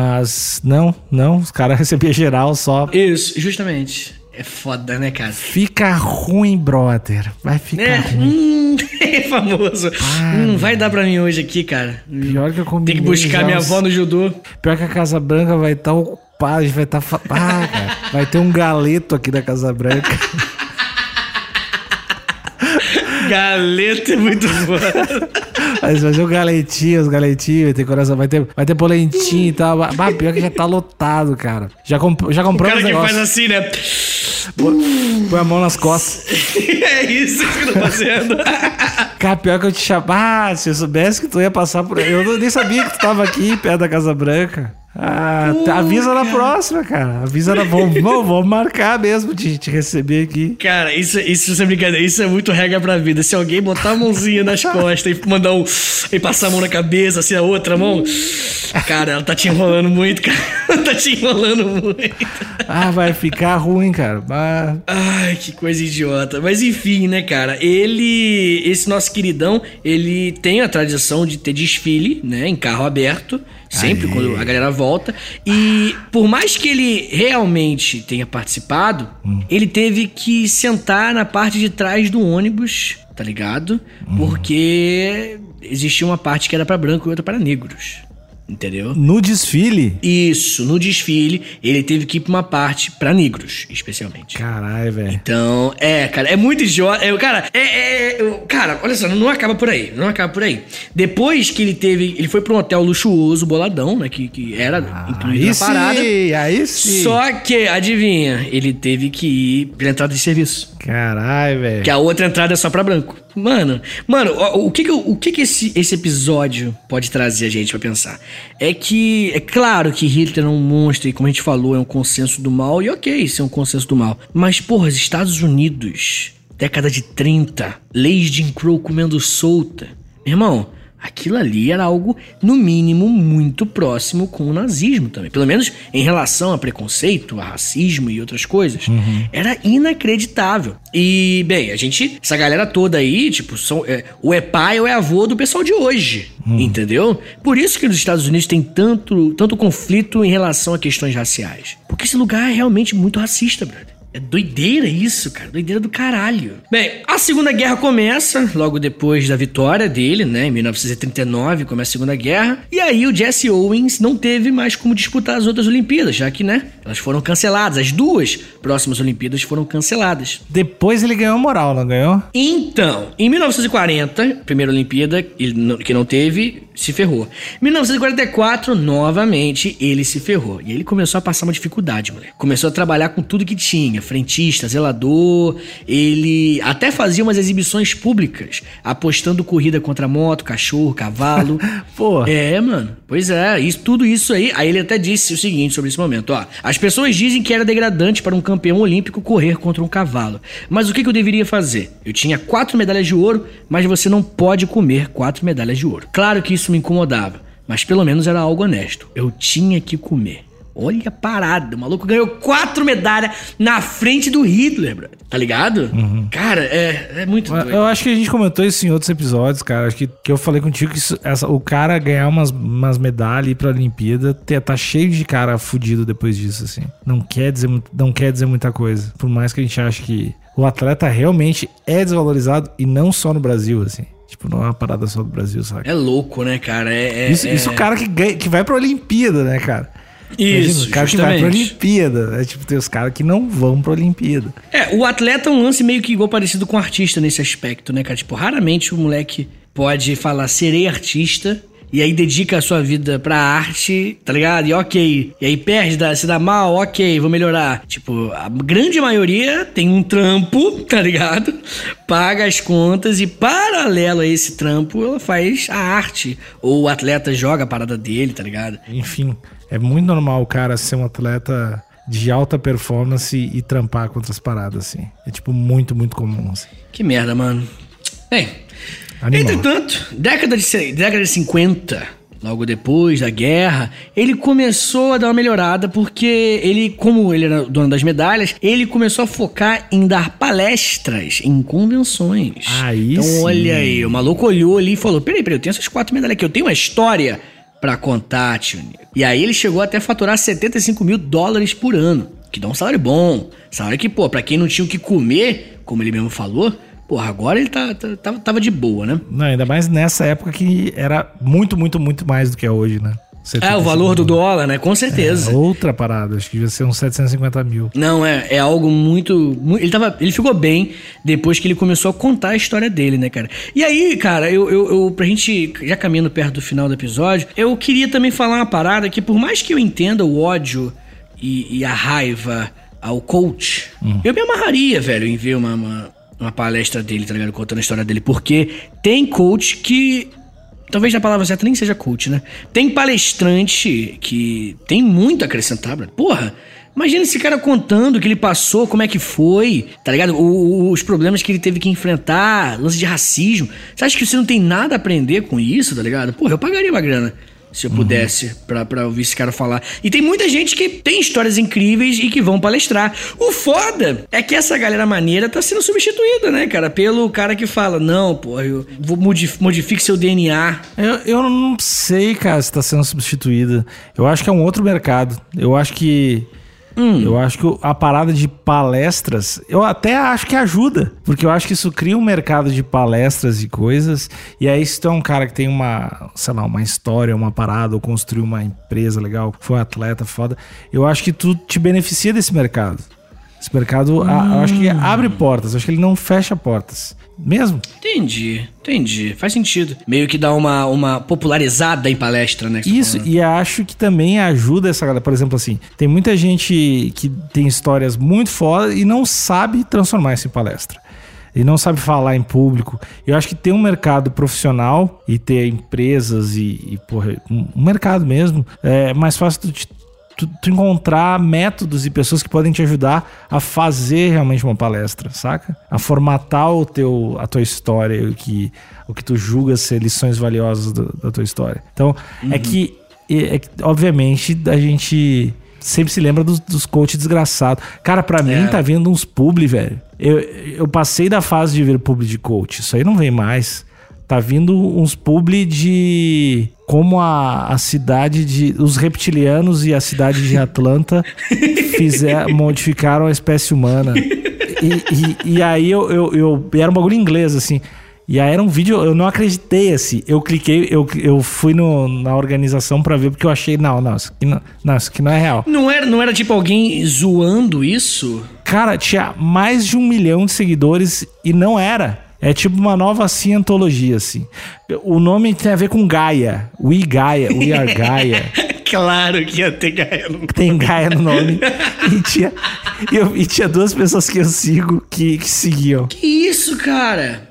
mas não, os caras recebiam geral só. Isso, justamente. É foda, né, cara? Fica ruim, brother. Vai ficar ruim. É famoso. Vai dar pra mim hoje aqui, cara. Pior que eu combinei. Tem que buscar minha avó no judô. Pior que a Casa Branca vai estar ocupada, a gente vai estar... cara, vai ter um galeto aqui da Casa Branca. Galeto é muito bom. Mas vai ser um galetinho, vai ter coração, vai ter polentinho e tal. Pior que já tá lotado, cara. Já compramos o cara os que negócios. faz assim, né? Põe a mão nas costas. É isso que eu tô fazendo. Cara, pior que eu te chamar, se eu soubesse que tu ia passar por aí. Eu nem sabia que tu tava aqui, perto da Casa Branca. Avisa na próxima, cara. Avisa na... Vamos marcar mesmo de te receber aqui. Cara, isso é brincadeira. Isso é muito regra pra vida. Se alguém botar a mãozinha nas costas e mandar e passar a mão na cabeça, assim, a outra mão... Cara, ela tá te enrolando muito, cara. Ela tá te enrolando muito. Vai ficar ruim, cara. Ai, que coisa idiota. Mas enfim, né, cara? Esse nosso queridão, ele tem a tradição de ter desfile, né, em carro aberto. Sempre quando a galera volta. E por mais que ele realmente tenha participado, ele teve que sentar na parte de trás do ônibus, tá ligado? Porque existia uma parte que era pra branco e outra para negros. Entendeu? No desfile? Isso, no desfile, ele teve que ir pra uma parte pra negros, especialmente. Caralho, velho. Então, cara, é muito idiota. Cara, olha só, não acaba por aí. Não acaba por aí. Depois que ele foi pra um hotel luxuoso, boladão, né? Que era incluído na parada. Aí sim. Só que, adivinha, ele teve que ir pela entrada de serviço. Caralho, velho. Que a outra entrada é só pra branco. Mano, o que esse episódio pode trazer a gente pra pensar? É que, é claro que Hitler é um monstro e, como a gente falou, é um consenso do mal. E ok, isso é um consenso do mal. Mas, porra, os Estados Unidos, década de 30, leis de Jim Crow comendo solta. Meu irmão, aquilo ali era algo, no mínimo, muito próximo com o nazismo também. Pelo menos em relação a preconceito, a racismo e outras coisas. Era inacreditável. E, bem, essa galera toda aí, tipo, ou é pai ou é avô do pessoal de hoje. Entendeu? Por isso que nos Estados Unidos tem tanto conflito em relação a questões raciais. Porque esse lugar é realmente muito racista, brother. É doideira isso, cara. Doideira do caralho. Bem, a Segunda Guerra começa logo depois da vitória dele, né? Em 1939 começa a Segunda Guerra. E aí o Jesse Owens não teve mais como disputar as outras Olimpíadas, já que, né? Elas foram canceladas. As duas próximas Olimpíadas foram canceladas. Depois ele ganhou moral, não ganhou? Então, em 1940, primeira Olimpíada, que não teve, se ferrou. Em 1944, novamente, ele se ferrou. E ele começou a passar uma dificuldade, moleque. Começou a trabalhar com tudo que tinha. Frentista, zelador. Ele até fazia umas exibições públicas, apostando corrida contra moto, cachorro, cavalo. Pô. É, mano. Pois é, tudo isso aí. Aí ele até disse o seguinte sobre esse momento, ó. As pessoas dizem que era degradante para um campeão olímpico correr contra um cavalo. Mas o que eu deveria fazer? Eu tinha 4 medalhas de ouro, mas você não pode comer 4 medalhas de ouro. Claro que isso me incomodava, mas pelo menos era algo honesto. Eu tinha que comer. Olha a parada, o maluco ganhou 4 medalhas na frente do Hitler, bro. Tá ligado? Uhum. Cara, é muito doido. Eu acho que a gente comentou isso em outros episódios, cara. Acho que eu falei contigo que o cara ganhar umas medalhas e ir pra Olimpíada tá cheio de cara fudido depois disso, assim. Não quer dizer muita coisa. Por mais que a gente ache que o atleta realmente é desvalorizado e não só no Brasil, assim. Tipo, não é uma parada só do Brasil, sabe? É louco, né, cara? Isso o cara que vai pra Olimpíada, né, cara? Isso, o cara justamente. que vai pra Olimpíada. Tipo, tem os caras que não vão pra Olimpíada. O atleta é um lance meio que igual parecido com o artista nesse aspecto, né, cara? Tipo, raramente o moleque pode falar, serei artista, e aí dedica a sua vida pra arte, tá ligado? E ok. E aí perde, se dá mal, ok, vou melhorar. Tipo, a grande maioria tem um trampo, tá ligado? Paga as contas e paralelo a esse trampo, ela faz a arte. Ou o atleta joga a parada dele, tá ligado? Enfim, é muito normal o cara ser um atleta de alta performance e trampar com outras paradas, assim. É, tipo, muito, muito comum, assim. Que merda, mano. Bem, animal. Entretanto, década de 50, logo depois da guerra, ele começou a dar uma melhorada porque ele, como ele era dono das medalhas, ele começou a focar em dar palestras em convenções. Aí então, sim. Olha aí, o maluco olhou ali e falou, peraí, eu tenho essas 4 medalhas aqui, eu tenho uma história pra contar, tio Nico. E aí ele chegou até a faturar $75 mil por ano, que dá um salário bom, salário que, pô, pra quem não tinha o que comer, como ele mesmo falou, porra, agora ele tava de boa, né? Não, ainda mais nessa época que era muito, muito, muito mais do que é hoje, né? O valor do dólar, né? Com certeza. Outra parada, acho que devia ser uns 750 mil. Não, é algo muito... Ele ficou bem depois que ele começou a contar a história dele, né, cara? E aí, cara, pra gente, já caminhando perto do final do episódio, eu queria também falar uma parada que, por mais que eu entenda o ódio e a raiva ao coach, eu me amarraria, velho, em ver uma palestra dele, tá ligado? Contando a história dele. Porque tem coach que... Talvez a palavra certa nem seja coach, né? Tem palestrante que tem muito a acrescentar, bro. Porra, imagina esse cara contando o que ele passou, como é que foi, tá ligado? Os problemas que ele teve que enfrentar, lance de racismo. Você acha que você não tem nada a aprender com isso, tá ligado? Porra, eu pagaria uma grana se eu pudesse, pra ouvir esse cara falar. E tem muita gente que tem histórias incríveis e que vão palestrar. O foda é que essa galera maneira tá sendo substituída, né, cara? Pelo cara que fala, não, pô, eu vou modifique seu DNA. Eu não sei, cara, se tá sendo substituída. Eu acho que é um outro mercado. Eu acho que a parada de palestras, eu até acho que ajuda, porque eu acho que isso cria um mercado de palestras e coisas, e aí se tu é um cara que tem uma história, uma parada, ou construiu uma empresa legal, foi um atleta foda, eu acho que tu te beneficia desse mercado. Esse mercado, eu acho que abre portas, eu acho que ele não fecha portas. Mesmo? Entendi. Faz sentido. Meio que dá uma popularizada em palestra, né? Isso, e acho que também ajuda essa galera. Por exemplo, assim, tem muita gente que tem histórias muito fodas e não sabe transformar isso em palestra. E não sabe falar em público. Eu acho que ter um mercado profissional e ter empresas porra, um mercado mesmo, é mais fácil tu encontrar métodos e pessoas que podem te ajudar a fazer realmente uma palestra, saca? A formatar a tua história, o que tu julga ser lições valiosas da tua história. Então, é que obviamente, a gente sempre se lembra dos coaches desgraçados. Cara, pra mim, tá vindo uns publi, velho. Eu passei da fase de ver publi de coach. Isso aí não vem mais. Tá vindo uns publi de como a cidade de... Os reptilianos e a cidade de Atlanta modificaram a espécie humana. E aí era um bagulho em inglês, assim. E aí era um vídeo, eu não acreditei, assim. Eu cliquei, eu fui na organização pra ver, porque eu achei, isso aqui não é real. Não era tipo alguém zoando isso? Cara, tinha mais de 1 milhão de seguidores e não era. É tipo uma nova cientologia, assim. O nome tem a ver com Gaia. We are Gaia. Claro que ia ter Gaia no nome. Tem Gaia no nome. E tinha 2 pessoas que eu sigo que seguiam. Que isso, cara?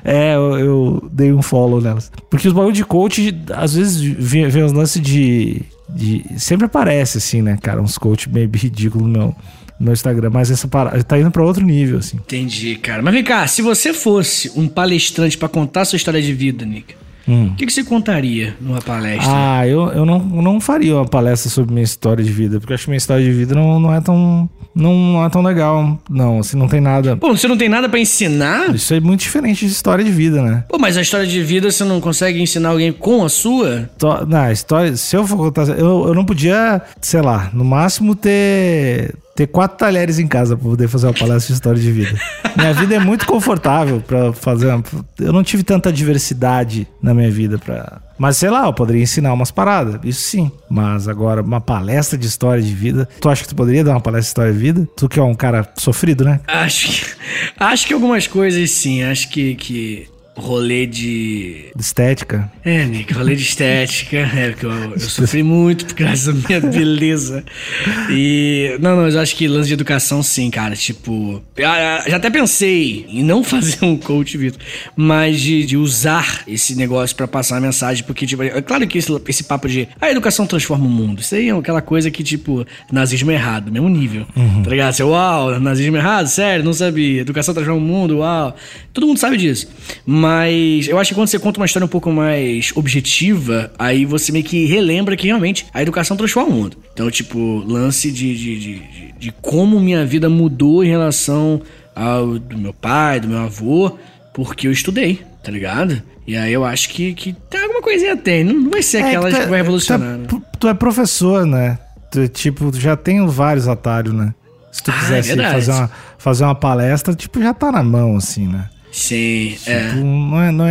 Eu dei um follow nelas. Porque os bagulho de coach, às vezes, vem uns lances de... Sempre aparece, assim, né, cara? Uns coach meio ridículos no meu Instagram. Mas essa parada tá indo pra outro nível, assim. Entendi, cara. Mas vem cá, se você fosse um palestrante pra contar sua história de vida, Nick, o que você contaria numa palestra? Eu não faria uma palestra sobre minha história de vida, porque eu acho que minha história de vida não é tão legal. Não, assim, não tem nada. Pô, você não tem nada pra ensinar? Isso é muito diferente de história de vida, né? Pô, mas a história de vida você não consegue ensinar alguém com a sua? A história, se eu for contar, eu não podia, sei lá, no máximo ter 4 talheres em casa pra poder fazer uma palestra de história de vida. Minha vida é muito confortável pra fazer eu não tive tanta diversidade na minha vida pra... Mas sei lá, eu poderia ensinar umas paradas, isso sim. Mas agora, uma palestra de história de vida... Tu acha que tu poderia dar uma palestra de história de vida? Tu que é um cara sofrido, né? Acho que algumas coisas sim, acho que... Rolê de... Estética? Nick, rolê de estética. Porque eu sofri muito por causa da minha beleza. E... Não, mas eu acho que lance de educação sim, cara. Tipo... Já até pensei em não fazer um coach, Vitor, mas de usar esse negócio pra passar a mensagem, porque, tipo... É claro que esse papo de... A educação transforma o mundo. Isso aí é aquela coisa que, tipo... Nazismo é errado, mesmo nível. Tá ligado? Você, uau, nazismo é errado? Sério, não sabia. Educação transforma o mundo, uau. Todo mundo sabe disso. Mas eu acho que quando você conta uma história um pouco mais objetiva, aí você meio que relembra que realmente a educação transforma o mundo. Então, tipo, lance de como minha vida mudou em relação ao do meu pai, do meu avô, porque eu estudei, tá ligado? E aí eu acho que tem alguma coisinha tem. Não vai ser aquela que vai revolucionar. Tu é professor, né? Tu já tem vários atalhos, né? Se tu quisesse fazer uma palestra, tipo, já tá na mão, assim, né? Sim, tipo, não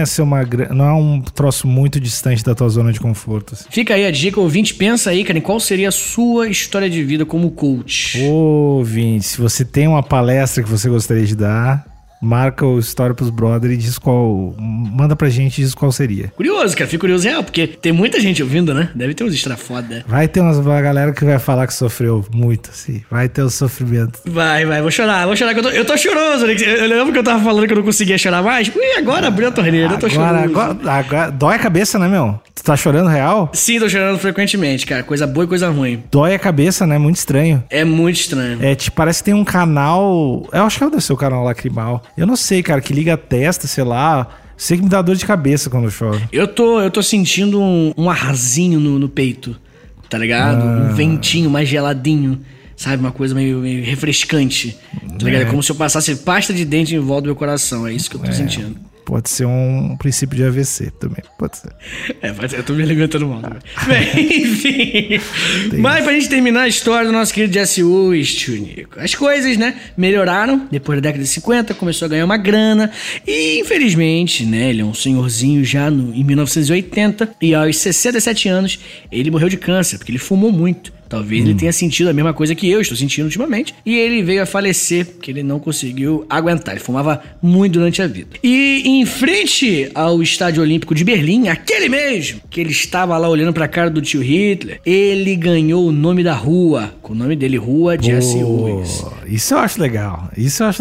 é um troço muito distante da tua zona de conforto. Assim. Fica aí a dica, ouvinte, pensa aí, cara, em qual seria a sua história de vida como coach. Ouvinte, se você tem uma palestra que você gostaria de dar, marca o História pros Brother e diz qual... Manda pra gente e diz qual seria. Curioso, cara, fico curioso real, porque tem muita gente ouvindo, né? Deve ter uns extra foda. Vai ter uma galera que vai falar que sofreu muito, assim. Vai ter o sofrimento. Vai, vou chorar, que eu tô choroso. Eu lembro que eu tava falando que eu não conseguia chorar mais. Ui, agora abriu a torneira, eu tô chorando. Agora dói a cabeça, né, meu? Tu tá chorando real? Sim, tô chorando frequentemente, cara. Coisa boa e coisa ruim. Dói a cabeça, né? Muito estranho. É muito estranho. Parece que tem um canal... Eu acho que deve ser o canal Lacrimal. Eu não sei, cara, que liga a testa, sei lá... Sei que me dá dor de cabeça quando eu choro. Eu tô sentindo um arzinho no peito, tá ligado? Um ventinho mais geladinho, sabe? Uma coisa meio refrescante, tá ligado? É como se eu passasse pasta de dente em volta do meu coração. É isso que eu tô sentindo. Pode ser um princípio de AVC também, pode ser. Pode ser. Eu tô me alimentando mal. Bem, enfim. Mas pra gente terminar a história do nosso querido Jesse Ust, Nico. As coisas, né, melhoraram. Depois da década de 50, começou a ganhar uma grana. E, infelizmente, né, ele é um senhorzinho já em 1980. E aos 67 anos, ele morreu de câncer, porque ele fumou muito. Talvez ele tenha sentido a mesma coisa que eu estou sentindo ultimamente. E ele veio a falecer, porque ele não conseguiu aguentar. Ele fumava muito durante a vida. E em frente ao Estádio Olímpico de Berlim, aquele mesmo, que ele estava lá olhando pra cara do tio Hitler, ele ganhou o nome da rua. Com o nome dele, Rua Jesse Owens. Isso eu acho legal.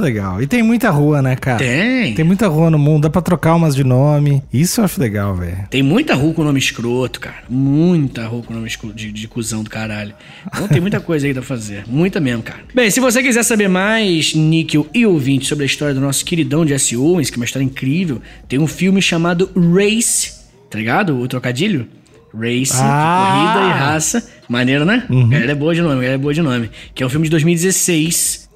E tem muita rua, né, cara? Tem muita rua no mundo. Dá pra trocar umas de nome. Isso eu acho legal, velho. Tem muita rua com nome escroto, cara. Muita rua com nome escroto, de cuzão do caralho. Então tem muita coisa aí pra fazer. Muita mesmo, cara. Bem, se você quiser saber mais, Níquel e ouvinte, sobre a história do nosso queridão Jesse Owens, que é uma história incrível, tem um filme chamado Race, tá ligado? O trocadilho? Race, de corrida e raça. Maneiro, né? Galera é boa de nome, Que é um filme de 2016.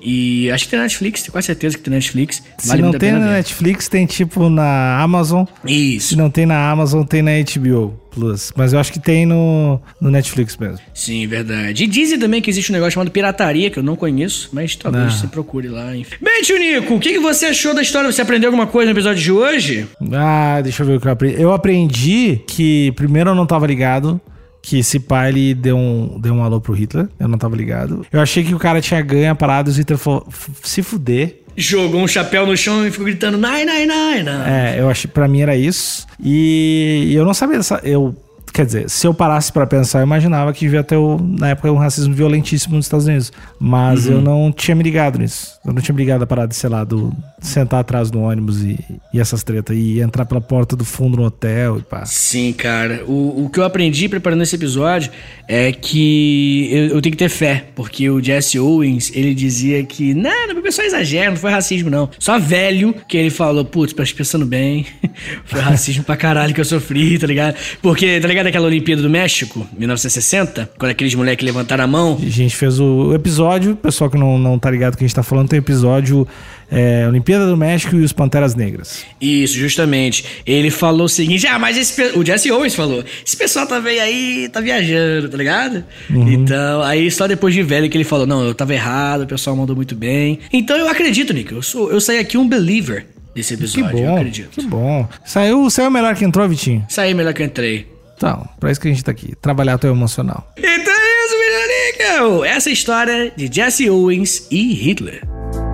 E acho que tem na Netflix, tenho quase certeza que tem na Netflix. Se não tem na Netflix, tem tipo na Amazon. Isso. Se não tem na Amazon, tem na HBO Plus. Mas eu acho que tem no Netflix mesmo. Sim, verdade. E dizem também que existe um negócio chamado pirataria, que eu não conheço, mas talvez você procure lá, enfim. Bem, tio Nico, o que você achou da história? Você aprendeu alguma coisa no episódio de hoje? Deixa eu ver o que eu aprendi. Eu aprendi que, primeiro, eu não tava ligado que esse pai, ele deu um alô pro Hitler. Eu não tava ligado. Eu achei que o cara tinha ganho a parada e o Hitler falou, se fuder. Jogou um chapéu no chão e ficou gritando, nai. Eu achei, pra mim era isso. E eu não sabia quer dizer, se eu parasse pra pensar, eu imaginava que devia ter, na época, um racismo violentíssimo nos Estados Unidos. Mas eu não tinha me ligado nisso. Eu não tinha me ligado a parada, sei lá, do sentar atrás do ônibus e essas tretas. E entrar pela porta do fundo no hotel e pá. Sim, cara. O que eu aprendi preparando esse episódio é que eu tenho que ter fé. Porque o Jesse Owens, ele dizia que, não, o pessoal exagera, não foi racismo, não. Só velho que ele falou, putz, pensando bem, foi racismo pra caralho que eu sofri, tá ligado? Porque, tá ligado? Aquela Olimpíada do México, 1960, quando aqueles moleques levantaram a mão. A gente fez o episódio, pessoal que não tá ligado que a gente tá falando, tem episódio Olimpíada do México e os Panteras Negras. Isso, justamente. Ele falou o seguinte, mas o Jesse Owens falou, esse pessoal tá veio aí, tá viajando, tá ligado? Então, aí só depois de velho que ele falou, não, eu tava errado, o pessoal mandou muito bem. Então eu acredito, Nico, eu saí aqui um believer desse episódio, que bom, eu acredito. Que bom. Saiu melhor que entrou, Vitinho? Saí melhor que entrei. Então, pra isso que a gente tá aqui, trabalhar teu emocional. Então é isso, menino Nico! Essa é a história de Jesse Owens e Hitler.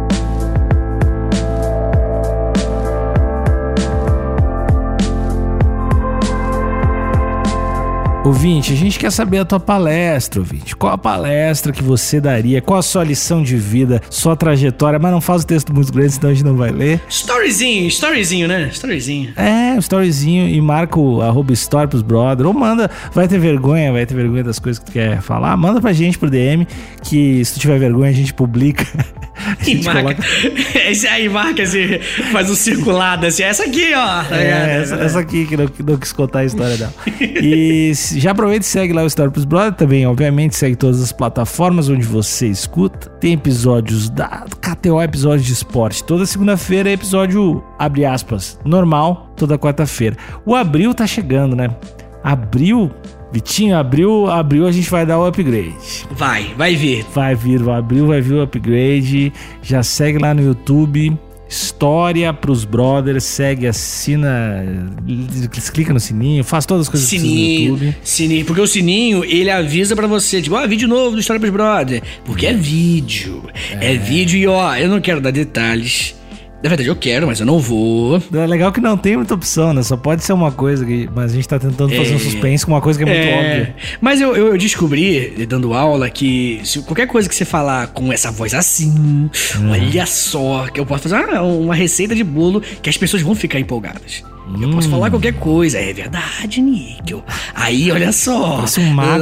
Ouvinte, a gente quer saber a tua palestra, ouvinte. Qual a palestra que você daria? Qual a sua lição de vida? Sua trajetória? Mas não faz o texto muito grande, senão a gente não vai ler. Storyzinho, né? Storyzinho. Um storyzinho e marca o @story pros brother. Ou manda, vai ter vergonha das coisas que tu quer falar. Manda pra gente pro DM, que se tu tiver vergonha a gente publica. E marca. Esse aí marca, assim, faz um circulado assim. Essa aqui, ó. Tá essa aqui que não quis contar a história dela. E já aproveita e segue lá o Story pros Brother também. Obviamente, segue todas as plataformas onde você escuta. Tem episódios da KTO, episódios de esporte. Toda segunda-feira é episódio, abre aspas, normal, toda quarta-feira. O abril tá chegando, né? Abril... Vitinho, abril, a gente vai dar o upgrade. Vai vir. Vai vir o upgrade. Já segue lá no YouTube. História pros brothers. Segue, assina, clica no sininho, faz todas as coisas que precisa no YouTube. Sininho, porque o sininho, ele avisa pra você, tipo, vídeo novo do História pros brothers. Porque é vídeo. É vídeo e eu não quero dar detalhes. Na verdade eu quero, mas eu não vou. É legal que não tem muita opção, né? Só pode ser uma coisa, mas a gente tá tentando fazer um suspense com uma coisa que é muito óbvia. Mas eu descobri, dando aula, que se qualquer coisa que você falar com essa voz assim, olha só, que eu posso fazer uma receita de bolo que as pessoas vão ficar empolgadas. Eu posso falar qualquer coisa, é verdade, Níquel. Aí, olha só. Parece um mago.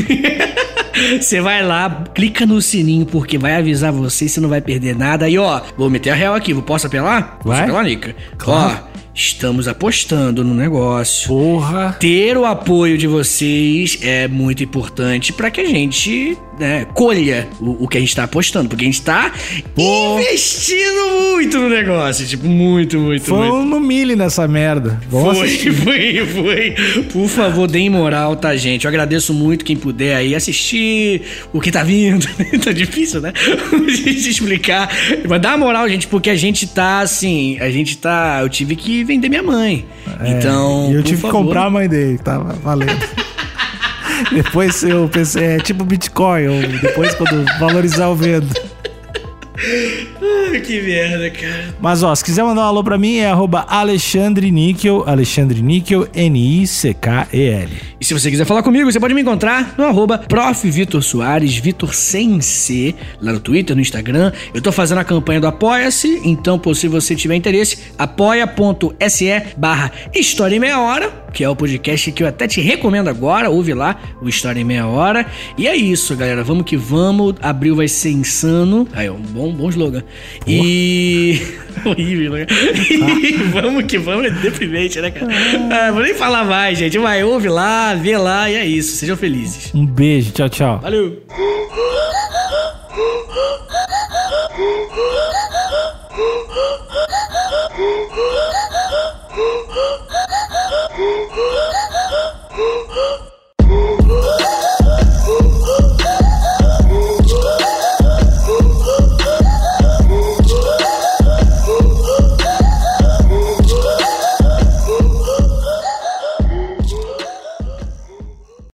Você vai lá, clica no sininho, porque vai avisar você, você não vai perder nada. Aí, vou meter a real aqui. Posso apelar? Posso apelar, Nica? Claro. Estamos apostando no negócio. Porra. Ter o apoio de vocês é muito importante pra que a gente, colha o que a gente tá apostando. Porque a gente tá investindo muito no negócio. Tipo, muito. Foi no milho nessa merda. Foi. Por favor, deem moral, tá, gente? Eu agradeço muito quem puder aí assistir o que tá vindo. Tá difícil, né? A gente explicar. Mas dá moral, gente, porque a gente tá, assim... Eu tive que vender minha mãe. Então, e eu tive que comprar a mãe dele, tava valendo. Depois eu pensei, é tipo Bitcoin, depois quando valorizar eu vendo. Que merda, cara. Mas se quiser mandar um alô pra mim é @AlexandreNíquel, Nickel. E se você quiser falar comigo, você pode me encontrar no @ProfVitorSoares, Vitor sem C, lá no Twitter, no Instagram. Eu tô fazendo a campanha do Apoia-se, então, se você tiver interesse, apoia.se/História em Meia Hora, que é o podcast que eu até te recomendo agora, ouve lá, o História em Meia Hora. E é isso, galera, vamos que vamos, abril vai ser insano. Aí, um bom slogan. E... horrível, né? E vamos que vamos, é deprimente, né, cara? Vou nem falar mais, gente. Vai, ouve lá, vê lá e é isso. Sejam felizes. Um beijo, tchau. Valeu.